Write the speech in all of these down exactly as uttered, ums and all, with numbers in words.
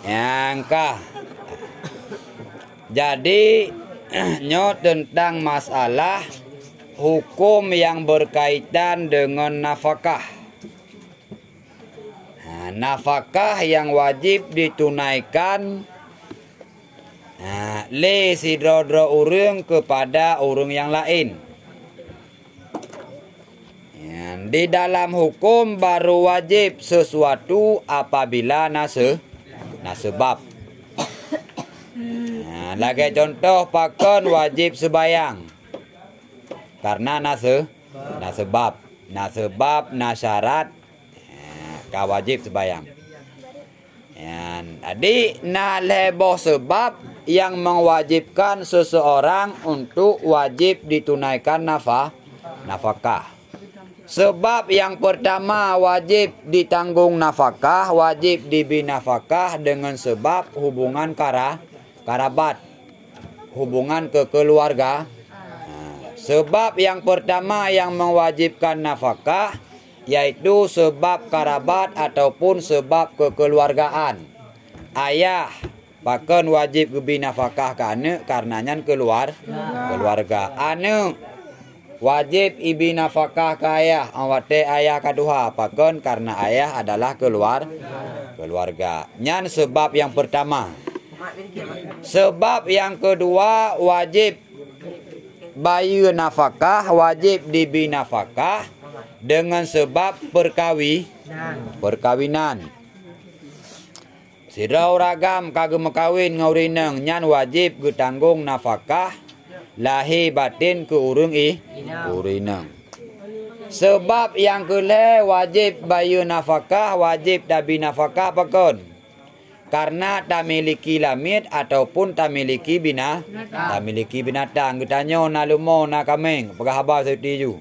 Yang kah. Jadi nyo tentang masalah hukum yang berkaitan dengan nafkah. Nah, nafkah yang wajib ditunaikan nah, le sidro-dro urung kepada urung yang lain. Ya, di dalam hukum baru wajib sesuatu apabila nase nasebab. Nah, lagi contoh pakon wajib sebayang karena nase nasebab, nasebab nasyarat nah, ka wajib sebayang. Ya, jadi nah leboh sebab yang mewajibkan seseorang untuk wajib ditunaikan nafkah, nafkah. Sebab yang pertama wajib ditanggung nafkah, wajib diberi nafkah dengan sebab hubungan kara, karabat, hubungan kekeluarga. Nah, sebab yang pertama yang mewajibkan nafkah yaitu sebab karabat ataupun sebab kekeluargaan. Ayah bahkan wajib diberi nafkah ke anak karenanya keluar keluarga. Anak wajib ibi nafkah ke ayah, awate ayah kaduha pakon karena ayah adalah keluar keluarga. Nyan sebab yang pertama. Sebab yang kedua wajib bayu nafkah, wajib dibi nafkah dengan sebab perkawi perkawinan. Sirau ragam kagem kawin ngaurineng nyan wajib getanggung nafkah lahir batin ke urung ih urineng. Sebab yang kele wajib bayu nafkah, wajib dabi nafkah pakon karena tak miliki lamit ataupun tak miliki bina tak miliki binatang. Getanyo na lumo na kameng pegahaba seperti ju.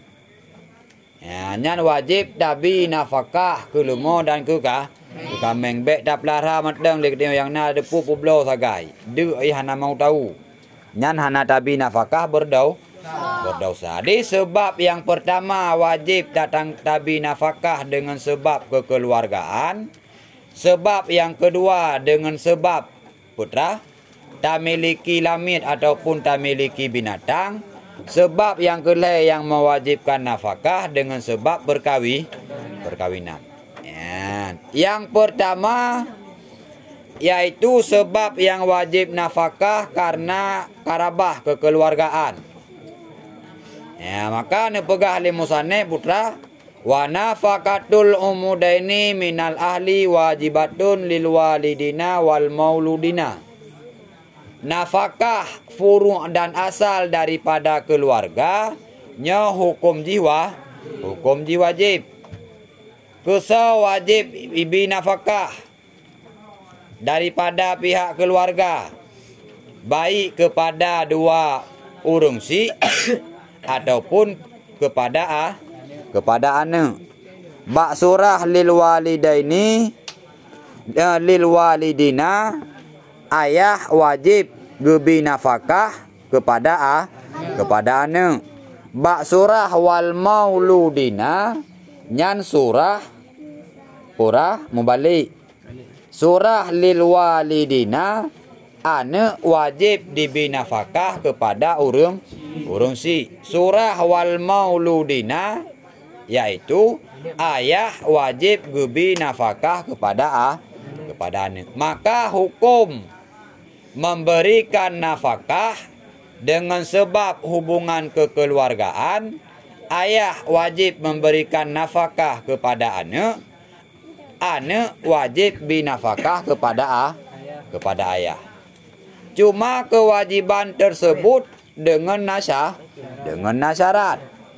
Ya, nyan wajib dabi nafkah ke lumo dan ke ka ke kameng bek dak pelara mateng lek yang na depu publo sagai. De ai hana mau tahu. Nyan hana tabi nafkah berdau berdosa. Di sebab yang pertama wajib datang tabi nafkah dengan sebab kekeluargaan. Sebab yang kedua dengan sebab putra tak miliki lamit ataupun tak miliki binatang. Sebab yang kedua yang mewajibkan nafkah dengan sebab berkawi perkawinan. Ya. Yang pertama yaitu sebab yang wajib nafkah karena karabah kekeluargaan. Ya, maka nepegah li musane putra wa nafaqatul umudaini minal ahli wajibatun lil walidina wal mauludina. Nafkah furu' dan asal daripada keluarga nya hukum jiwa, hukum jiwa wajib. Kusa wajib ibi nafkah daripada pihak keluarga baik kepada dua urung si ataupun kepada ah kepada anak. Bak surah lil walidaini uh, lil walidina ayah wajib gebi nafkah kepada ah kepada anak. Bak surah wal mauludina nyan surah pura mubalik. Surah lil walidina anak wajib diberi nafkah kepada urung urung si. Surah wal mauludina yaitu ayah wajib diberi nafkah kepada ah kepada anak. Maka hukum memberikan nafkah dengan sebab hubungan kekeluargaan, ayah wajib memberikan nafkah kepada anak. Anak wajib binafkah kepada ah, kepada ayah. Cuma kewajiban tersebut dengan nasah, dengan nasyarat.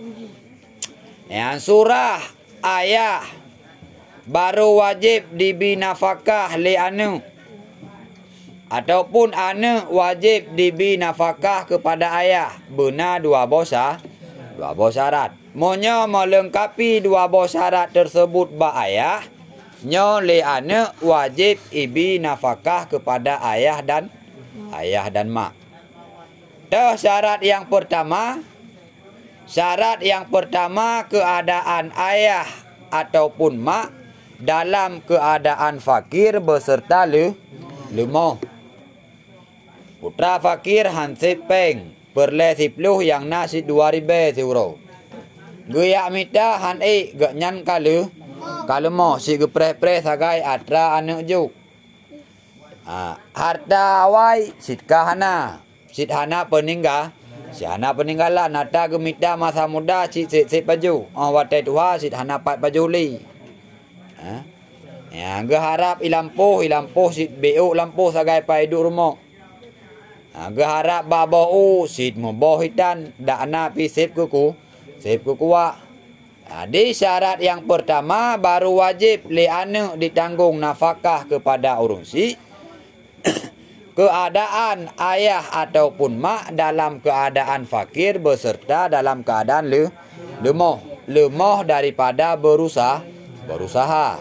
Yang surah ayah baru wajib dibinafkah li anak. Ataupun anak wajib dibinafkah kepada ayah. Benar dua bosa, dua bosa syarat. Monya melengkapi dua bosa syarat tersebut ba ayah. Nyo le anak wajib ibi nafkah kepada ayah dan ayah dan mak. Dah syarat yang pertama, syarat yang pertama keadaan ayah ataupun mak dalam keadaan fakir beserta le, lemah. Putra fakir hansip peng perle sipluh yang nasi dua ribe siuro. Gaya mita han e gak nyan kalu kalau mau si gepreh-preh sagai atra anak juk. Ah, harta awai sit kahana, sit hana peninggal, si hana peninggalan nata gemita masa muda sit sit sit baju. Oh watai tua sit hana pat baju li. Ah, ya geharap ilampuh ilampuh sit beu lampuh sagai pai duk rumah. Ah, geharap babau sit moboh hitan dak ana pi sip kuku, sip kukuwa. Di syarat yang pertama baru wajib li anak ditanggung nafkah kepada urang si. Keadaan ayah ataupun mak dalam keadaan fakir beserta dalam keadaan le, lemah, lemah daripada berusaha, berusaha.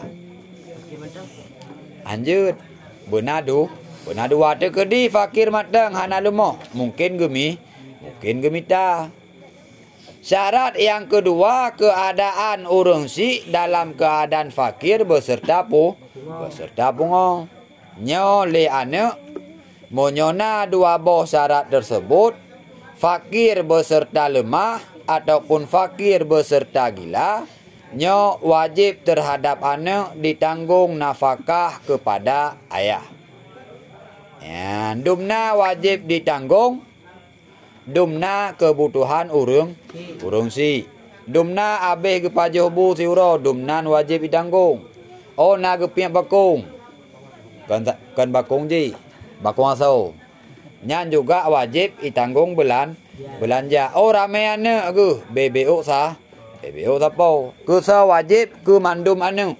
Lanjut, benadu, benadu wate kedi fakir matang hana lemah, mungkin gemi, mungkin gemita. Syarat yang kedua, keadaan urang si dalam keadaan fakir beserta pu, beserta pungo. Nyo le anak, monyona dua boh syarat tersebut, fakir beserta lemah ataupun fakir beserta gila, nyo wajib terhadap anak ditanggung nafkah kepada ayah. Ya, dumna wajib ditanggung. Dumna kebutuhan urang urang si. Dumna abeh ke pajuh bu siuro, dumnan wajib ditanggung. Oh na ke piak bakung. Kan kan bakung ji. Bakung asau. Nyan juga wajib ditanggung belan belanja. Oh rame ane ke B B O sah. B B O tapo. Ke sa wajib ke mandum ane.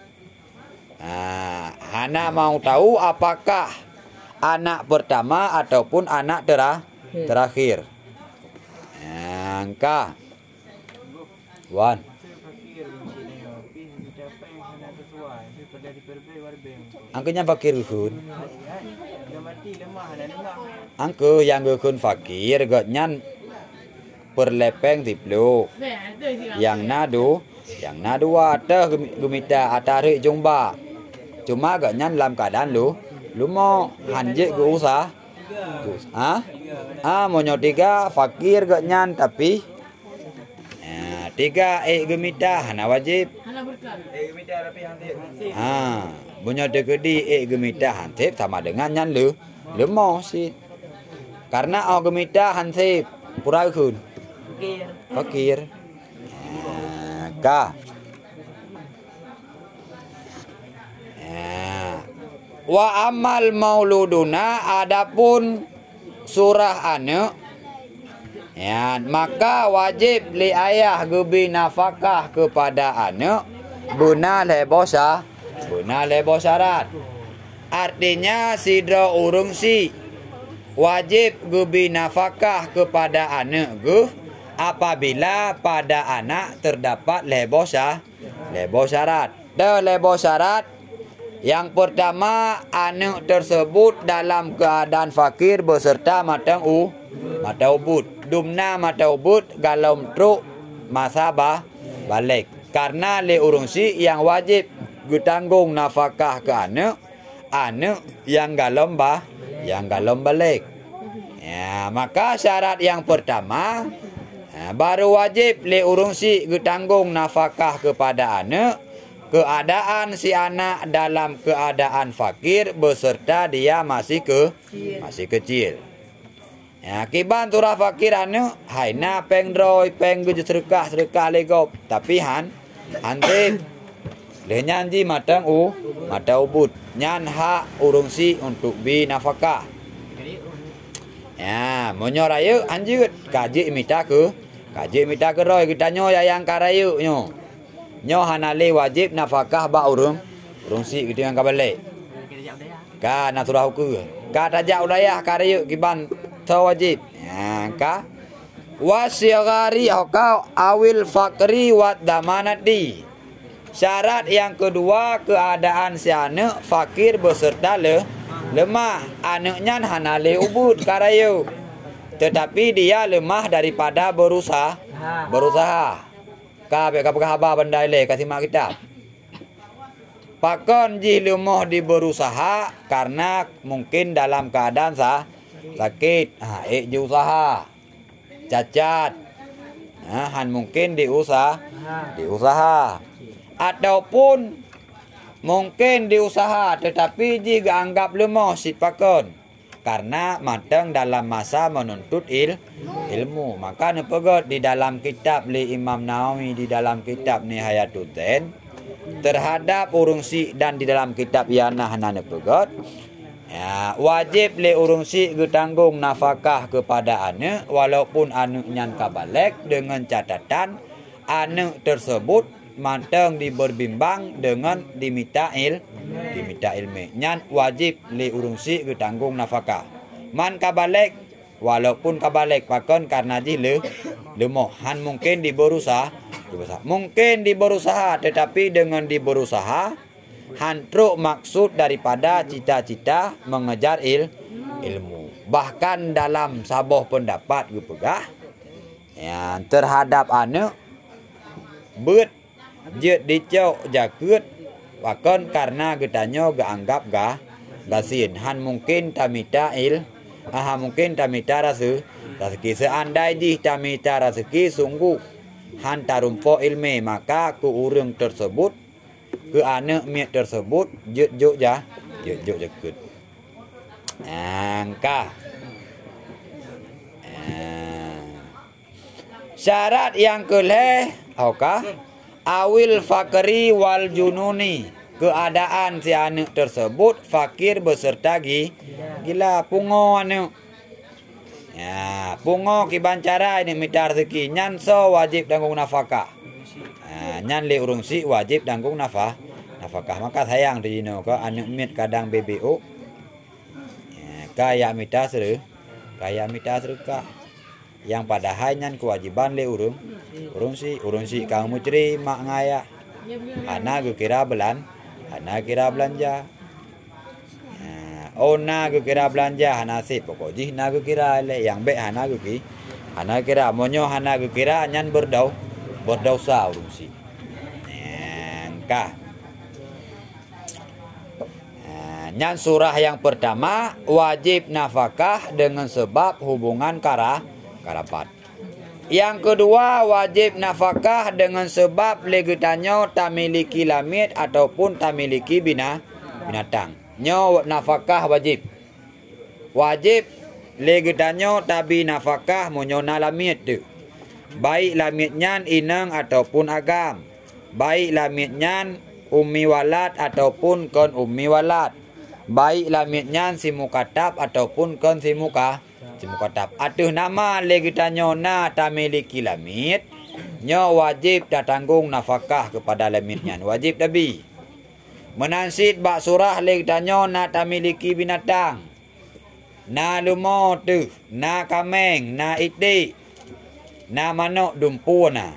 Nah, hana mau tahu apakah anak pertama ataupun anak terah terakhir. Angka Wan. Angkanya fakir kun. Angke yang kun fakir gak nyan perlepeng tiplu. Yang nadu, yang nadu ada gemita atari jumba. Cuma gak nyan dalam keadaan lu, lu mau hanjek ke usah. Ah, ah monyo tiga fakir gak nyan tapi nah, tiga eh gemita hana wajib. Eh gemita tapi hantip. Ah, monyo tegedi eh gemita hantip sama dengan nyan lu lemah sih. Karena oh gemita hantip pura kun. Fakir. Fakir. Nah, ka. Nah, wa amal mauluduna adapun surah anak ya, maka wajib li ayah gebi nafkah kepada anak guna lebosa guna lebo syarat. Artinya sidra urung si wajib gebi nafkah kepada anak ge apabila pada anak terdapat lebo lebo syarat. De lebo syarat yang pertama, anak tersebut dalam keadaan fakir beserta matang u, mata ubud. Dumna mata ubud galom truk masa bah balik. Karena le urung si yang wajib ditanggung nafkah ke anak, anak yang galom bah, yang galom balik. Ya, maka syarat yang pertama, ya, baru wajib le urung si ditanggung nafkah kepada anak. Keadaan si anak dalam keadaan fakir beserta dia masih ke masih kecil. Ya, kiban turah fakir anu haina pengdroi penggu sedekah sedekah legop tapi han hante le nyanji matang u mata ubud nyan hak urung si untuk bi nafkah. Ya, monyo rayu anjut kaji mita ke kaji mita ke roi kita nyo yang karayu nyo. Nyo hanale wajib nafkah ba urung urung si gitu yang kabalik. Ka naturah hukum. Ka tajak udayah karayu kiban ta wajib. Ya ka wasyagari hokau awil fakri wat damanati. Syarat yang kedua keadaan si anak fakir beserta le lemah. Anaknya hanale ubud karayu. Tetapi dia lemah daripada berusaha berusaha. Ka be ka haba bandai le kasih mak kitab. Pakon ji lemoh di berusaha karena mungkin dalam keadaan sah, sakit. Ah, ek ji usaha. Cacat. Nah, han mungkin diusaha, diusaha. Ataupun mungkin diusaha tetapi ji anggap lemah si pakon karena matang dalam masa menuntut il, ilmu. Maka nepegot di dalam kitab li Imam Nawawi, di dalam kitab Nihayatul terhadap urung si dan di dalam kitab Yana Hanane pegot ya, wajib le urung si getanggung nafkah kepada anak walaupun anak nyan kabalek dengan catatan anak tersebut manteng diberbimbang dengan diminta il diminta ilmu nyan wajib le urung si getanggung nafkah man kabalek walaupun kabalek pakon karena ji le lemoh han mungkin diberusaha mungkin diberusaha tetapi dengan diberusaha hantruk maksud daripada cita-cita mengejar il, ilmu. Bahkan dalam saboh pendapat gupegah ya, terhadap anak bet jet dicok jakut wakon karena getanyo gaanggap gah gasin han mungkin tamita il ah mungkin tamita rasu rezeki seandai di tamita rezeki sungguh hantarumpo ilme maka ke urang tersebut ke anak miat tersebut jet juk ja jet juk jakut angka syarat yang keleh oka awil fakri wal jununi keadaan si anak tersebut fakir beserta gila pungo anak ya, pungo kibancara ini minta rezeki nyan so wajib tanggung nafkah. Nah, nyan le urung si wajib tanggung nafkah. Nafkah maka sayang di dino ko anu mit kadang B B O. Ya, kaya minta seru, kaya minta seru ka. Yang padahal nyan kewajiban le urung. Urung si, urung si kang mucri mak ngaya. Ana gue kira belan, ana kira belanja. Oh na gue kira belanja hana sip pokok jih na gue kira le yang be hana gue ki hana kira monyo hana gue kira nyan berdau berdosa urung si engkah nyan surah yang pertama wajib nafkah dengan sebab hubungan kara karapat. Yang kedua wajib nafkah dengan sebab legetanyo tak miliki lamit ataupun tak miliki bina binatang. Nyo nafkah wajib. Wajib legetanyo tabi nafkah monyona lamit tu. Baik lamit nyan inang ataupun agam. Baik lamit nyan ummi walad ataupun kon ummi walad. Baik lamit nyan si mukatab ataupun kon si muka si mukatab. Atuh nama legetanyo na tamiliki lamit. Nyo wajib datanggung nafkah kepada lamit nyan. Wajib tabi. Menansit bak surah leg tanyo na tamiliki binatang. Na lumo tu, na kameng, na itik, na manok dumpu na.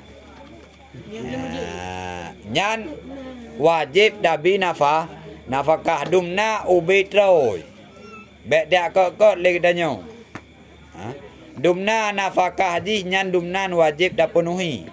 Nah, nyan wajib dabi nafa, nafkah dumna ubi troy. Bek dak kok-kok leg tanyo. Ha? Dumna nafkah ji nyan dumnan wajib dak penuhi.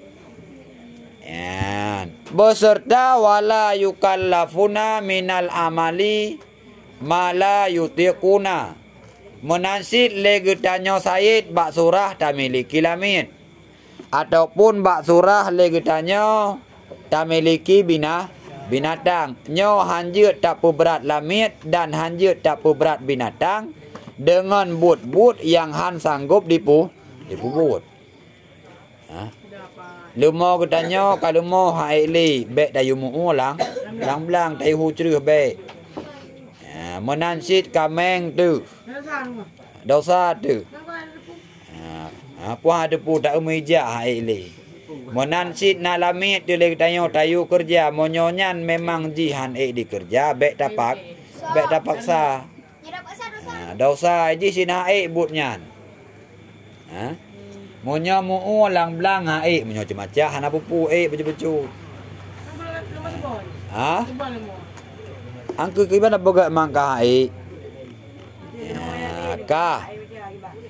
Ya. Beserta wala yukallafuna minal amali mala yutiquna. Menansit legetanyo sayid bak surah tamiliki lamit. Ataupun bak surah legetanyo tamiliki bina binatang. Nyo hanjut tak berat lamit dan hanjut tak berat binatang dengan but-but yang han sanggup dipu dipubut. Ha? Lumo ketanyo kalau mo haili bek dayu mu ulang lang blang tai hu cruh bek. Ya, menansit kameng tu. Dosa tu. Ha, puah ada pu tak meja haili. Menansit na lamit tu le ketanyo tayu kerja monyonyan memang jihan e dikerja bek tapak bek tapaksa. Ha, dosa ji sina e butnyan. Ha? Monyo mu ulang blang ha eh monyo cemaca hana pupu eh becu-becu. Ha? Angku gimana boga mangka ha eh. Ya, ka.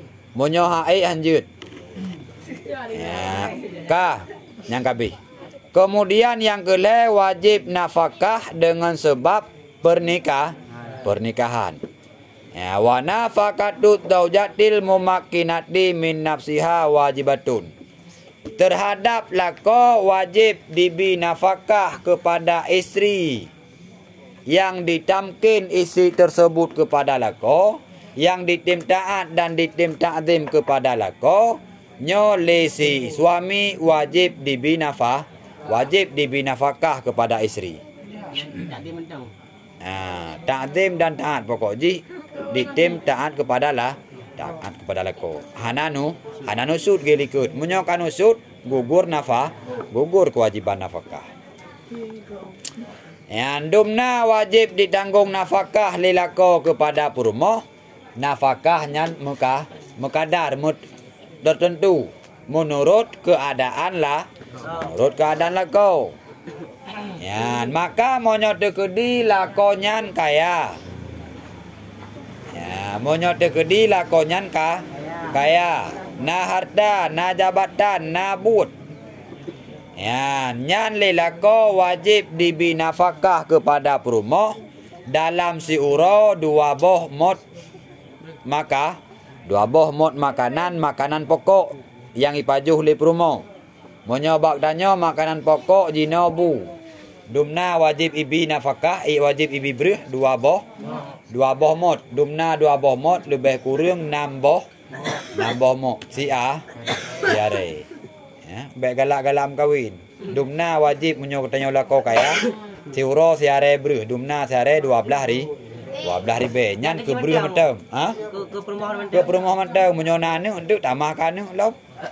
Monyo ha eh hanjut. Ya, ka nyang kabi. Kemudian yang kelima wajib nafkah dengan sebab pernikah pernikahan. Ya, wa nafaqatu zaujatil mumakkinati min nafsiha wajibatun. Terhadap lako wajib diberi nafkah kepada istri yang ditamkin istri tersebut kepada lako, yang ditim taat dan ditim ta'zim kepada lako, nyole si suami wajib diberi nafkah, wajib diberi nafkah kepada istri. Nah, ta'zim dan taat pokok ji ditim taat kepada lah taat kepada lako. Hananu hananu sud gelikut menyokan usud gugur nafkah, gugur kewajiban nafkah. Yang dumna wajib ditanggung nafkah lilako kepada purmoh, nafkahnya muka mekadar mut tertentu menurut keadaan lah, menurut keadaan lako. Ya, maka monyo tekedi lakonyan kaya. Ya, monyo tekedi lakonyan ka kaya. Na harta, na jabatan, na but. Ya, nyan lelako wajib diberi nafkah kepada perumoh dalam siuro dua boh mot maka dua boh mot makanan makanan pokok yang ipajuh li perumoh. Menyobak danyo makanan pokok jino bu. Dumna wajib ibi nafkah, i wajib ibi berih dua boh, dua boh mot. Dumna dua boh mot lebih kurang enam boh, enam boh mot. Si a, siare. Ya, baik galak-galak kawin. Dumna wajib menyok tanyo lako kaya. Siuro siare berih, dumna siare dua belas hari, dua belas ribu. Nyan ke berih macam, ha? Ke perumahan macam. Ke perumahan macam menyonane untuk tambahkan lop.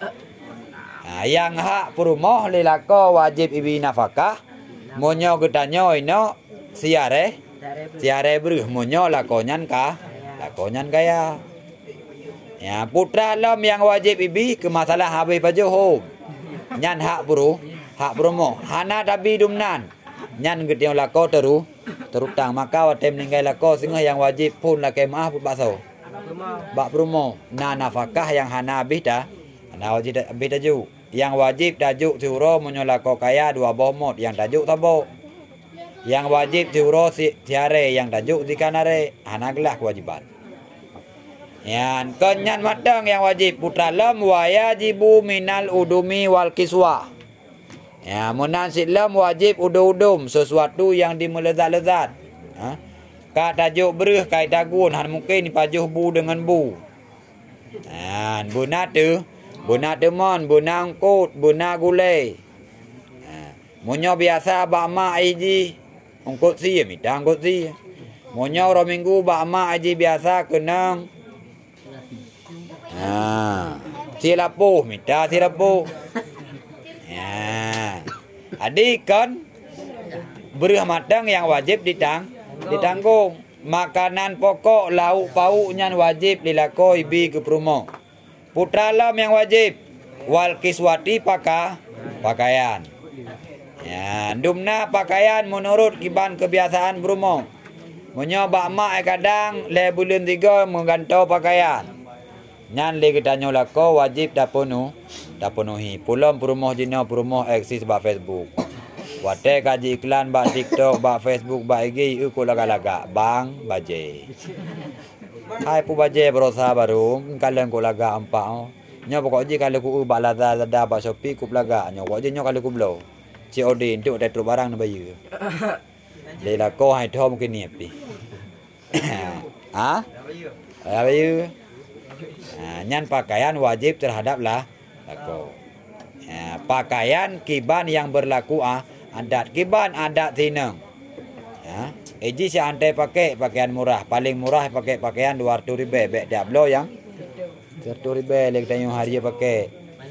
Nah, yang hak perumah lelako wajib ibi nafkah. Monyo getanyo ino siare siare beruh monyo lakonyan ka lakonyan kaya. Ya, putra lom yang wajib ibi ke masalah habis pajuh. Nyan hak buru hak perumah. Hana tabi dumnan. Nyan getio lako teru terutang maka watem ninggai lako singa yang wajib pun lakai maaf pun bakso. Bak perumah. Na nafkah yang hana habis dah. Hana wajib habis taju. Yang wajib tajuk suro menyolako kaya dua boh mot yang tajuk tabo. Yang wajib suro si siare yang tajuk zikanare anaglah kewajiban. Yang kenyan matang yang wajib putra lam wajibu minal udumi wal kiswa. Ya, munasib lam wajib udum-udum sesuatu yang dimelezat-lezat. Ha? Ka tajuk berih kai dagun han mungkin pajuh bu dengan bu. Han buna tu Buna temon, buna angkut, buna gulai. Ha. Monyo biasa bak mak iji angkut si, minta angkut si. Monyo orang minggu bak mak iji biasa kenang. Ha. Si lapuh, minta si lapuh. Ya. Adik kan berih matang yang wajib ditang, ditanggung. Makanan pokok, lauk pauknya wajib dilako ibi ke perumah. Putra lam yang wajib wal kiswati paka pakaian. Ya, dumna pakaian menurut kiban kebiasaan berumo. Menyoba mak kadang le bulan tiga menggantau pakaian. Nyan le getanyo lako wajib dah penuh, dah penuhi. Pulang perumoh jino perumoh eksis ba Facebook. Wate kaji iklan ba TikTok ba Facebook ba I G uko laga-laga bang baje. Hai pu baje berosa baru kalian ko laga ampak oh. Nyo pokok ji kalau ku ba Lazada Lazada ba Shopee ku laga nyo pokok ji nyo kalau ku blo. C O D untuk dah truk barang na bayu. Le la ko hai tho mungkin ni pi. Ha? Ya bayu. Ha, nyan pakaian wajib terhadap lah lako. Ya, pakaian kiban yang berlaku ah adat kiban adat tinang. Ya. Eji si antai pakai pakaian murah, paling murah pakai pakaian dua ratus ribu, bek diablo yang seratus ribu lek tanyo hari pakai.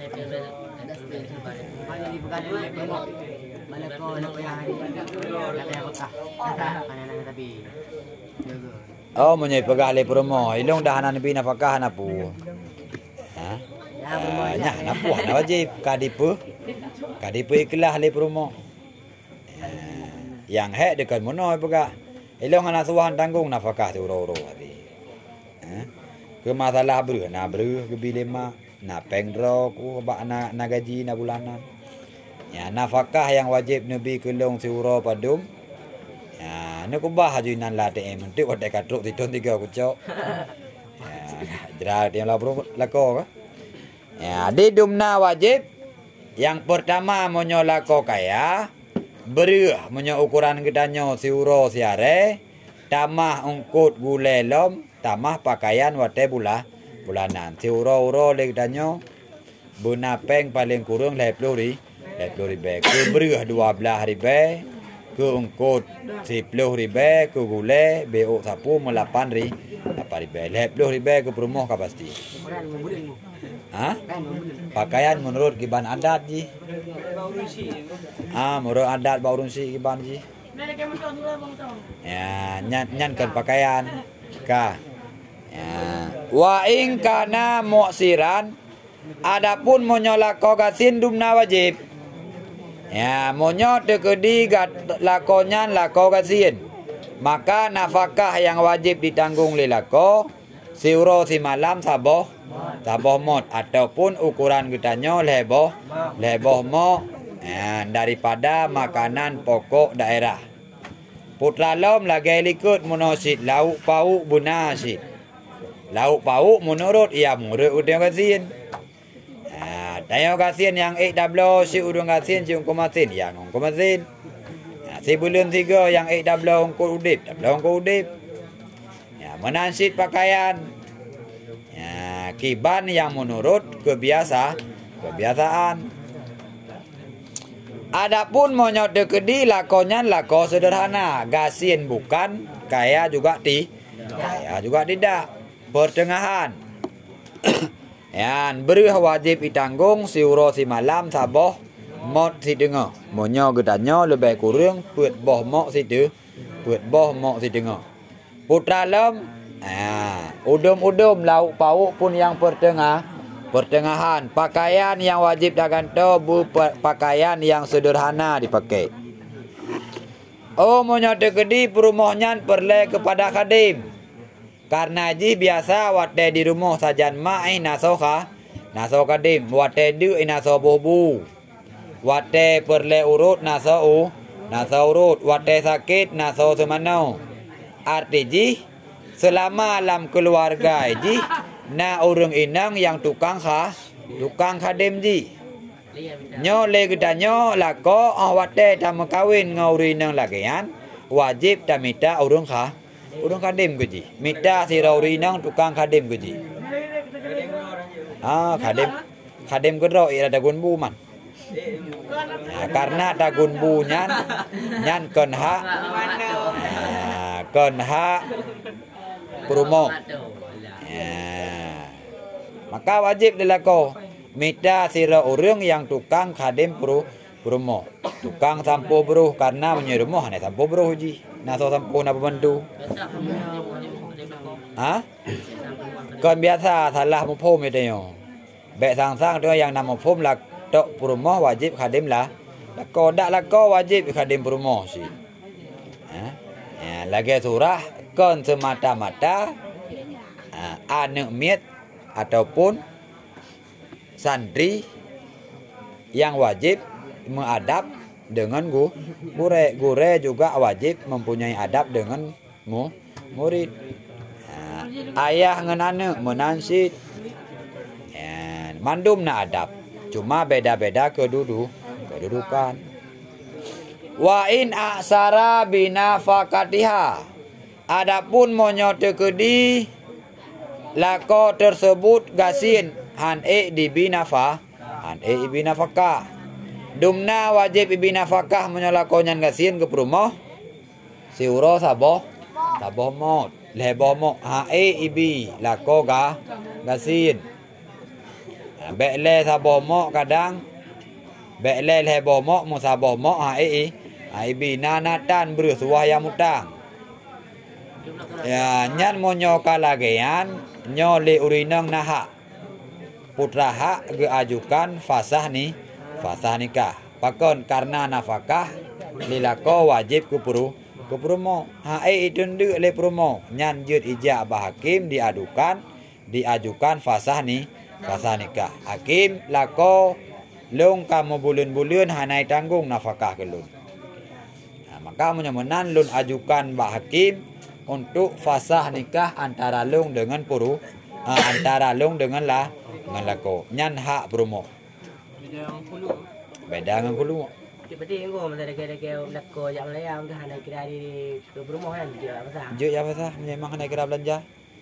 Oh, menyai pegah le promo, ilong dah hanan bi nafkah napu. Ha? Nya napu na wajib kadipu. Kadipu ikhlas le promo. Yang hek dekat mono pegah. Ilong anak suhan tanggung nafkah tu ro-ro hari. Ha? Ke masalah ber na ber ke bilema na pengro ku ba na na gaji na bulanan. Ya, nafkah yang wajib Nabi kelong siuro padum. Ya, ni kubah hajunan lah te mentik wadah katruk tidon tiga kucok. Ya, jerat yang labro lako ka. Ya, di dumna wajib yang pertama monyo lako kaya berih monyo ukuran gedanyo siuro siare tamah ungkut gulelom tamah pakaian wate bula bulanan siuro-uro le gedanyo bunapeng paling kurang lepuluh ri lepuluh ribe ke berih dua belas ribe ke ungkut sepuluh ribe ke gule bo sapu melapan ri apa ribe lepuluh ribe ke perumoh ka pasti. Hah? Pakaian menurut kiban adat ji. Ah, menurut adat baurun si kiban ji. Ya, nyan nyan kan pakaian ka. Ya. Wa ing kana muksiran adapun monyo lako gasin dumna wajib. Ya, monyo tekedi gat lakonyan lako gasin. Maka nafkah yang wajib ditanggung lelako siuro si malam saboh saboh mot ataupun ukuran gedanyo leboh leboh mo ya, daripada makanan pokok daerah. Putra lom lagi likut monosit lauk pauk bunasit. Lauk pauk menurut ia murid udang kasin. Ah, tayo kasin yang ek dablo si udang kasin si ungko masin yang ungko masin. Ah, si bulan tiga yang ek dablo ungko udip, dablo ungko udip. Ya, menansit pakaian. Ya, kiban yang menurut kebiasa kebiasaan. Adapun monyot dekedi lakonya lako sederhana, gasin bukan, kaya juga ti, kaya juga tidak, pertengahan. Yan berih wajib ditanggung siuro si malam saboh mot si dengar. Monyo gedanyo lebih kurang puet boh mok si tu, puet boh mok si dengar. Putra lem, ah, udum-udum lauk pauk pun yang pertengah. Pertengahan, pakaian yang wajib daganto bu pakaian yang sederhana dipakai. Oh, monyo dekedi perumohnya perle kepada khadim. Karena ji biasa wate di rumah sajan mai nasoka, naso khadim, wate du naso bubu. Wate perle urut naso u, naso urut, wate sakit naso semano. Arti ji selama alam keluarga ji na urang inang yang tukang kha tukang khadim ji nyo le gedanyo lako awate tam kawin ngauri nang lagian wajib tamita urang kha urang khadim ke ji mita si rauri nang tukang khadim ke ji ah khadim khadim kedro ira dagun bu man nah, karena dagun bu nyan nyan kon ha nah, kon ha promo ya. Maka wajib dilako mita sira urang yang tukang khadim pro promo tukang sampo bro karena menyerumoh ne sampo bro ji naso sampo na bantu ha kon biasa salah mu phom itu yo be sang-sang tu yang nama phom la tok promo wajib khadim lah lako dak lako wajib khadim promo si ha ya lagi surah kon semata-mata uh, anak miet ataupun santri yang wajib mengadab dengan gu, gure gure juga wajib mempunyai adab dengan mu, murid. Uh, ayah ngenane menansit ya, mandum na adab cuma beda-beda kedudu kedudukan. Wa in aksara binafakatiha. Adapun monyo tekedi lako tersebut gasin han e di binafa han e ibinafakah dumna wajib ibinafakah monyo lakonyan gasin ke perumoh siuro saboh saboh mot leboh mo ha e ibi lako ga gasin bekle saboh mo kadang bekle leboh mo mo saboh mo ha e ha ibi nanatan bersuah yang mutang. Ya, nyan monyo kalagean nyole urinang naha. Putra hak geajukan fasah ni, fasah nikah. Pakon karena nafkah lilako wajib ke puru ke promo. Ha e itundu le promo. Nyan jut ijak bah hakim diadukan, diajukan fasah ni, fasah nikah. Hakim lako Long kamu bulan-bulan hanai tanggung nafkah ke lun. Nah, maka menyemenan lun ajukan Mbak Hakim untuk fasah nikah antara long dengan puru, uh, antara long dengan lah dengan lako. Nyan hak promo. Beda dengan kulu. Beda dengan kulu. Berarti engkau masa dekat-dekat lako yang lain untuk hanai kira di ke rumah kan dia pasah. Je ya fasah memang hanai kira belanja.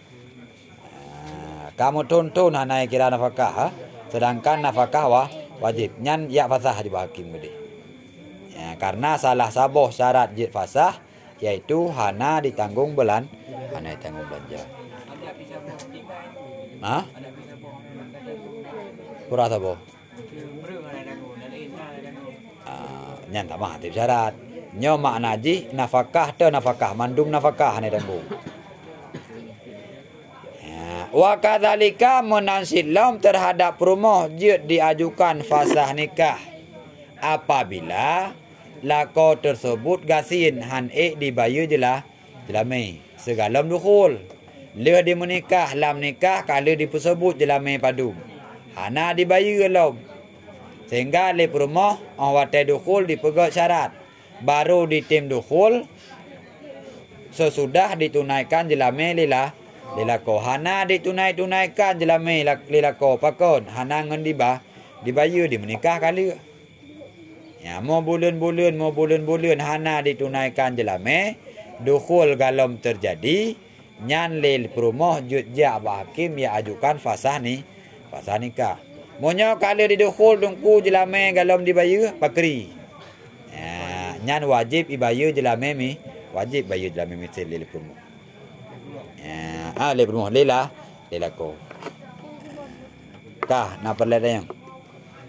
Uh, kamu tuntun hanai kira nafkah, ha? Sedangkan nafkah wah wajib. Nyan ya fasah di Mbak Hakim gede. Ya, karena salah saboh syarat jid fasah yaitu hana ditanggung belan, hana ditanggung belanja. Hah? Kurang saboh. Uh, nyan tak mah tip syarat. Nyo makna ji nafkah te nafkah mandum nafkah hana tanggung. Ya, wa kadzalika menansilam terhadap rumah jid diajukan fasah nikah apabila lako tersebut gasin han e dibayu jelah jelame segalam dukhul le di menikah lam nikah kalau disebut jelame padu hana dibayu lom sehingga le rumah awate dukhul dipegat syarat baru ditim dukhul sesudah ditunaikan jelame lila lilako hana ditunai-tunaikan jelame lilako pakon hana ngan dibah dibayu di menikah kali. Ya, mau bulan-bulan, mau bulan-bulan hana ditunaikan jelame, dukhul galam terjadi, nyan lil perumah jutja Mbak Hakim ya ajukan fasah ni, fasah nikah. Monyo kalau didukhul dungku jelame galam dibayu pakri. Ya, nyan wajib ibayu jelame mi, wajib bayu jelame mi lil perumah. Ya, ah lil perumah lila, lila ko. Kah, na perle yang